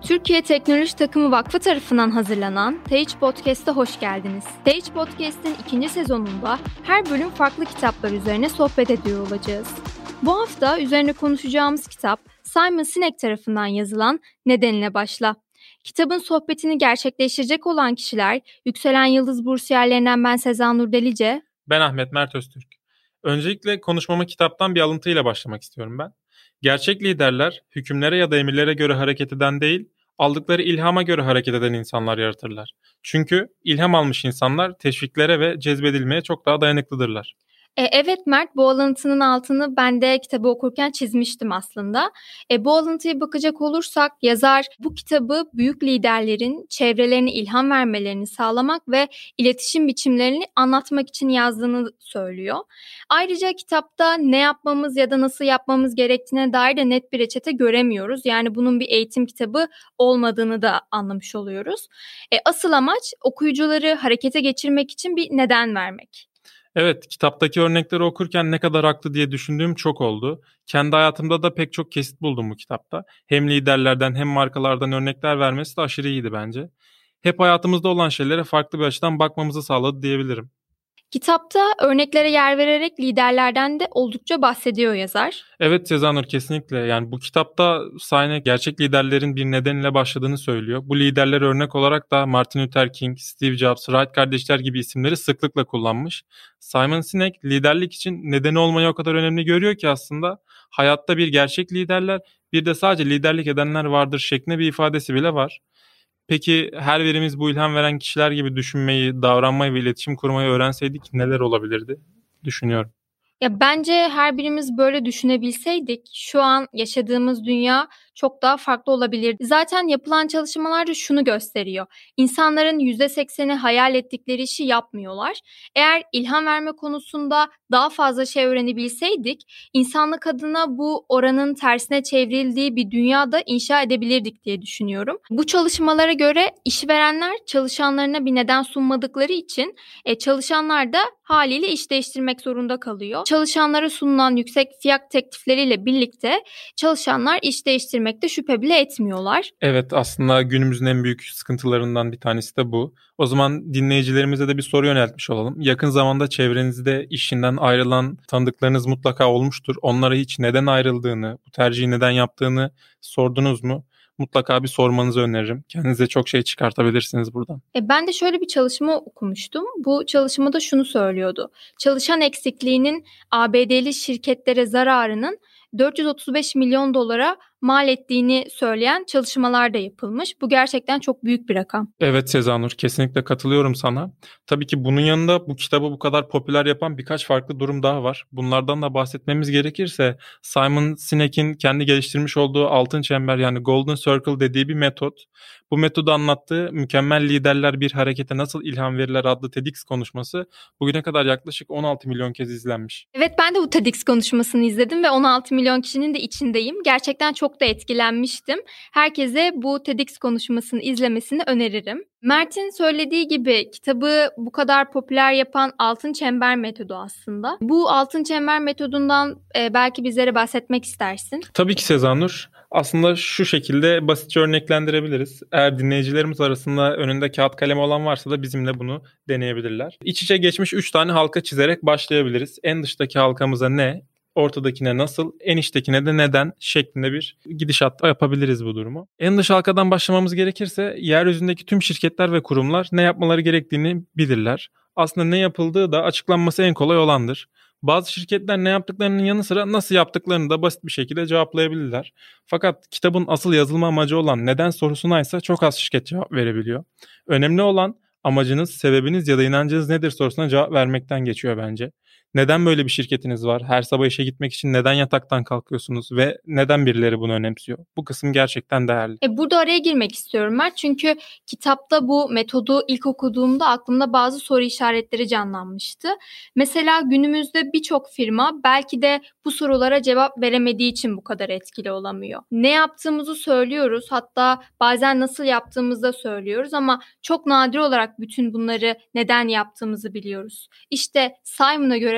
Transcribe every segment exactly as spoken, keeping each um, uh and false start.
Türkiye Teknoloji Takımı Vakfı tarafından hazırlanan T H Podcast'a hoş geldiniz. T H Podcast'in ikinci sezonunda her bölüm farklı kitaplar üzerine sohbet ediyor olacağız. Bu hafta üzerine konuşacağımız kitap Simon Sinek tarafından yazılan Nedenle Başla. Kitabın sohbetini gerçekleştirecek olan kişiler Yükselen Yıldız Bursiyerlerinden ben Sezen Nur Delice. Ben Ahmet Mert Öztürk. Öncelikle konuşmama kitaptan bir alıntıyla başlamak istiyorum ben. Gerçek liderler hükümlere ya da emirlere göre hareket eden değil, aldıkları ilhama göre hareket eden insanlar yaratırlar. Çünkü ilham almış insanlar teşviklere ve cezbedilmeye çok daha dayanıklıdırlar. E, evet Mert, bu alıntının altını ben de kitabı okurken çizmiştim aslında. E, bu alıntıya bakacak olursak yazar bu kitabı büyük liderlerin çevrelerine ilham vermelerini sağlamak ve iletişim biçimlerini anlatmak için yazdığını söylüyor. Ayrıca kitapta ne yapmamız ya da nasıl yapmamız gerektiğine dair de net bir reçete göremiyoruz. Yani bunun bir eğitim kitabı olmadığını da anlamış oluyoruz. E, asıl amaç okuyucuları harekete geçirmek için bir neden vermek. Evet, kitaptaki örnekleri okurken ne kadar haklı diye düşündüğüm çok oldu. Kendi hayatımda da pek çok kesit buldum bu kitapta. Hem liderlerden hem markalardan örnekler vermesi de aşırı iyiydi bence. Hep hayatımızda olan şeylere farklı bir açıdan bakmamızı sağladı diyebilirim. Kitapta örneklere yer vererek liderlerden de oldukça bahsediyor yazar. Evet Sezen Nur, kesinlikle. Yani bu kitapta Sinek gerçek liderlerin bir nedeniyle başladığını söylüyor. Bu liderler örnek olarak da Martin Luther King, Steve Jobs, Wright kardeşler gibi isimleri sıklıkla kullanmış. Simon Sinek liderlik için nedeni olmayı o kadar önemli görüyor ki aslında hayatta bir gerçek liderler, bir de sadece liderlik edenler vardır şeklinde bir ifadesi bile var. Peki her birimiz bu ilham veren kişiler gibi düşünmeyi, davranmayı ve iletişim kurmayı öğrenseydik neler olabilirdi? Düşünüyorum. Ya bence her birimiz böyle düşünebilseydik şu an yaşadığımız dünya çok daha farklı olabilirdi. Zaten yapılan çalışmalar da şunu gösteriyor. İnsanların yüzde sekseni hayal ettikleri işi yapmıyorlar. Eğer ilham verme konusunda daha fazla şey öğrenebilseydik, insanlık adına bu oranın tersine çevrildiği bir dünyada inşa edebilirdik diye düşünüyorum. Bu çalışmalara göre işverenler çalışanlarına bir neden sunmadıkları için e, çalışanlar da haliyle iş değiştirmek zorunda kalıyor. Çalışanlara sunulan yüksek fiyat teklifleriyle birlikte çalışanlar iş değiştirmekte şüphe bile etmiyorlar. Evet, aslında günümüzün en büyük sıkıntılarından bir tanesi de bu. O zaman dinleyicilerimize de bir soru yöneltmiş olalım. Yakın zamanda çevrenizde işinden ayrılan tanıdıklarınız mutlaka olmuştur. Onlara hiç neden ayrıldığını, bu tercihi neden yaptığını sordunuz mu? Mutlaka bir sormanızı öneririm. Kendinize çok şey çıkartabilirsiniz buradan. E ben de şöyle bir çalışma okumuştum. Bu çalışmada şunu söylüyordu. Çalışan eksikliğinin A B D'li şirketlere zararının dört yüz otuz beş milyon dolara mal ettiğini söyleyen çalışmalar da yapılmış. Bu gerçekten çok büyük bir rakam. Evet Sezanur, kesinlikle katılıyorum sana. Tabii ki bunun yanında bu kitabı bu kadar popüler yapan birkaç farklı durum daha var. Bunlardan da bahsetmemiz gerekirse Simon Sinek'in kendi geliştirmiş olduğu altın çember, yani Golden Circle dediği bir metot. Bu metodu anlattığı Mükemmel Liderler Bir Harekete Nasıl İlham Verirler adlı TEDx konuşması bugüne kadar yaklaşık on altı milyon kez izlenmiş. Evet, ben de bu TEDx konuşmasını izledim ve on altı milyon kişinin de içindeyim. Gerçekten çok da etkilenmiştim. Herkese bu TEDx konuşmasını izlemesini öneririm. Mert'in söylediği gibi kitabı bu kadar popüler yapan altın çember metodu aslında. Bu altın çember metodundan e, belki bizlere bahsetmek istersin. Tabii ki Sezanur. Aslında şu şekilde basitçe örneklendirebiliriz. Eğer dinleyicilerimiz arasında önünde kağıt kalem olan varsa da bizimle bunu deneyebilirler. İç içe geçmiş üç tane halka çizerek başlayabiliriz. En dıştaki halkamıza ne, ortadakine nasıl, en içtekine de neden şeklinde bir gidişat yapabiliriz bu durumu. En dış halkadan başlamamız gerekirse yeryüzündeki tüm şirketler ve kurumlar ne yapmaları gerektiğini bilirler. Aslında ne yapıldığı da açıklanması en kolay olandır. Bazı şirketler ne yaptıklarının yanı sıra nasıl yaptıklarını da basit bir şekilde cevaplayabilirler. Fakat kitabın asıl yazılma amacı olan neden sorusuna ise çok az şirket cevap verebiliyor. Önemli olan amacınız, sebebiniz ya da inancınız nedir sorusuna cevap vermekten geçiyor bence. Neden böyle bir şirketiniz var? Her sabah işe gitmek için neden yataktan kalkıyorsunuz ve neden birileri bunu önemsiyor? Bu kısım gerçekten değerli. E burada araya girmek istiyorum Mert. Çünkü kitapta bu metodu ilk okuduğumda aklımda bazı soru işaretleri canlanmıştı. Mesela günümüzde birçok firma belki de bu sorulara cevap veremediği için bu kadar etkili olamıyor. Ne yaptığımızı söylüyoruz, hatta bazen nasıl yaptığımızı da söylüyoruz ama çok nadir olarak bütün bunları neden yaptığımızı biliyoruz. İşte Simon'a göre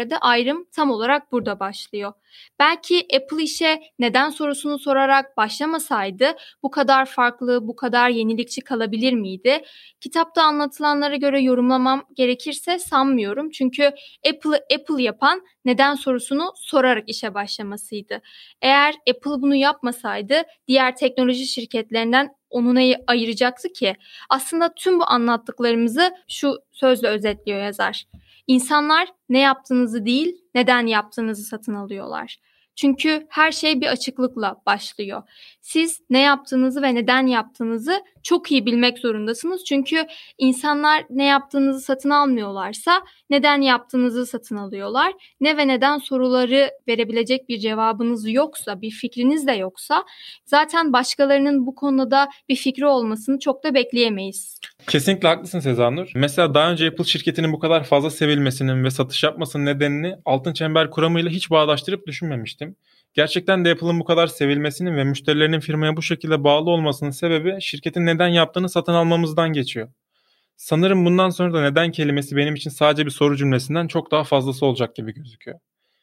arada ayrım tam olarak burada başlıyor. Belki Apple işe neden sorusunu sorarak başlamasaydı bu kadar farklı, bu kadar yenilikçi kalabilir miydi? Kitapta anlatılanlara göre yorumlamam gerekirse sanmıyorum. Çünkü Apple'ı Apple yapan neden sorusunu sorarak işe başlamasıydı. Eğer Apple bunu yapmasaydı diğer teknoloji şirketlerinden onu neyi ayıracaktı ki? Aslında tüm bu anlattıklarımızı şu sözle özetliyor yazar. İnsanlar ne yaptığınızı değil, neden yaptığınızı satın alıyorlar. Çünkü her şey bir açıklıkla başlıyor. Siz ne yaptığınızı ve neden yaptığınızı çok iyi bilmek zorundasınız. Çünkü insanlar ne yaptığınızı satın almıyorlarsa neden yaptığınızı satın alıyorlar. Ne ve neden soruları verebilecek bir cevabınız yoksa, bir fikriniz de yoksa zaten başkalarının bu konuda bir fikri olmasını çok da bekleyemeyiz. Kesinlikle haklısın Sezanur. Mesela daha önce Apple şirketinin bu kadar fazla sevilmesinin ve satış yapmasının nedenini altın çember kuramıyla hiç bağdaştırıp düşünmemiştim. Gerçekten de Apple'ın bu kadar sevilmesinin ve müşterilerinin firmaya bu şekilde bağlı olmasının sebebi şirketin neden yaptığını satın almamızdan geçiyor. Sanırım bundan sonra da neden kelimesi benim için sadece bir soru cümlesinden çok daha fazlası olacak gibi gözüküyor.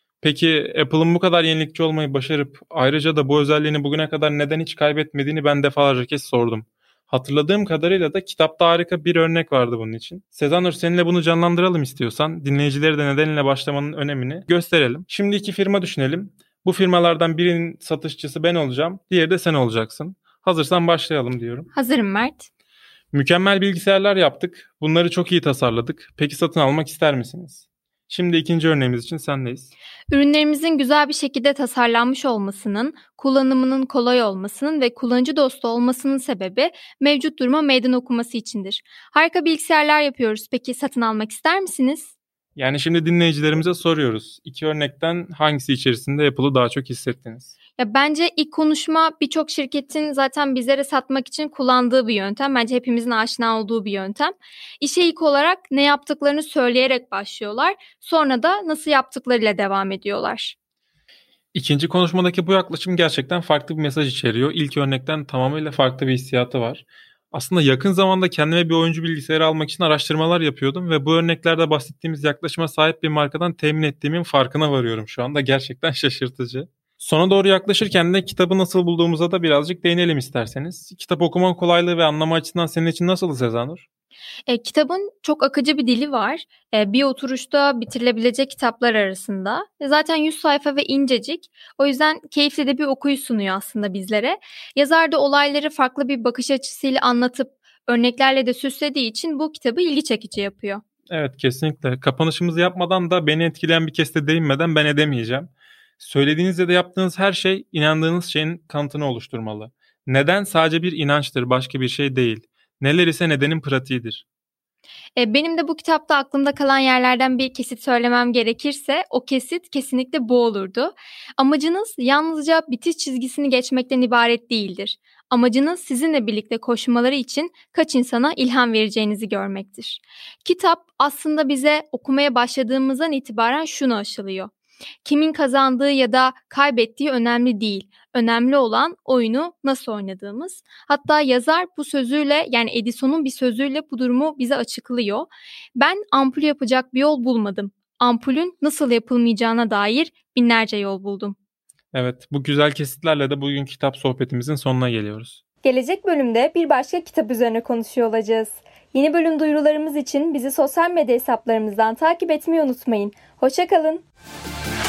Peki Apple'ın bu kadar yenilikçi olmayı başarıp ayrıca da bu özelliğini bugüne kadar neden hiç kaybetmediğini ben defalarca kez sordum. Hatırladığım kadarıyla da kitapta harika bir örnek vardı bunun için. Sezanur, seninle bunu canlandıralım istiyorsan. Dinleyicileri de nedeniyle başlamanın önemini gösterelim. Şimdi iki firma düşünelim. Bu firmalardan birinin satışçısı ben olacağım. Diğeri de sen olacaksın. Hazırsan başlayalım diyorum. Hazırım Mert. Mükemmel bilgisayarlar yaptık. Bunları çok iyi tasarladık. Peki satın almak ister misiniz? Şimdi ikinci örneğimiz için sendeyiz. Ürünlerimizin güzel bir şekilde tasarlanmış olmasının, kullanımının kolay olmasının ve kullanıcı dostu olmasının sebebi mevcut duruma meydan okuması içindir. Harika bilgisayarlar yapıyoruz. Peki satın almak ister misiniz? Yani şimdi dinleyicilerimize soruyoruz. İki örnekten hangisi içerisinde Apple'ı daha çok hissettiniz? Ya bence ilk konuşma birçok şirketin zaten bizlere satmak için kullandığı bir yöntem. Bence hepimizin aşina olduğu bir yöntem. İşe ilk olarak ne yaptıklarını söyleyerek başlıyorlar. Sonra da nasıl yaptıklarıyla devam ediyorlar. İkinci konuşmadaki bu yaklaşım gerçekten farklı bir mesaj içeriyor. İlk örnekten tamamıyla farklı bir hissiyatı var. Aslında yakın zamanda kendime bir oyuncu bilgisayarı almak için araştırmalar yapıyordum ve bu örneklerde bahsettiğimiz yaklaşıma sahip bir markadan temin ettiğimin farkına varıyorum şu anda. Gerçekten şaşırtıcı. Sona doğru yaklaşırken de kitabı nasıl bulduğumuza da birazcık değinelim isterseniz. Kitap okuma kolaylığı ve anlama açısından senin için nasıldı Sezanur? E, kitabın çok akıcı bir dili var. E, bir oturuşta bitirilebilecek kitaplar arasında. E, zaten yüz sayfa ve incecik. O yüzden keyifli de bir okuyu sunuyor aslında bizlere. Yazar da olayları farklı bir bakış açısıyla anlatıp örneklerle de süslediği için bu kitabı ilgi çekici yapıyor. Evet, kesinlikle. Kapanışımızı yapmadan da beni etkileyen bir keste değinmeden ben edemeyeceğim. Söylediğiniz ya da yaptığınız her şey inandığınız şeyin kanıtını oluşturmalı. Neden sadece bir inançtır, başka bir şey değil. Neler ise nedenin pratiğidir. E, benim de bu kitapta aklımda kalan yerlerden bir kesit söylemem gerekirse o kesit kesinlikle bu olurdu. Amacınız yalnızca bitiş çizgisini geçmekten ibaret değildir. Amacınız sizinle birlikte koşmaları için kaç insana ilham vereceğinizi görmektir. Kitap aslında bize okumaya başladığımızdan itibaren şunu aşılıyor. Kimin kazandığı ya da kaybettiği önemli değil. Önemli olan oyunu nasıl oynadığımız. Hatta yazar bu sözüyle, yani Edison'un bir sözüyle bu durumu bize açıklıyor. Ben ampul yapacak bir yol bulmadım. Ampulün nasıl yapılmayacağına dair binlerce yol buldum. Evet, bu güzel kesitlerle de bugün kitap sohbetimizin sonuna geliyoruz. Gelecek bölümde bir başka kitap üzerine konuşuyor olacağız. Yeni bölüm duyurularımız için bizi sosyal medya hesaplarımızdan takip etmeyi unutmayın. Hoşça kalın.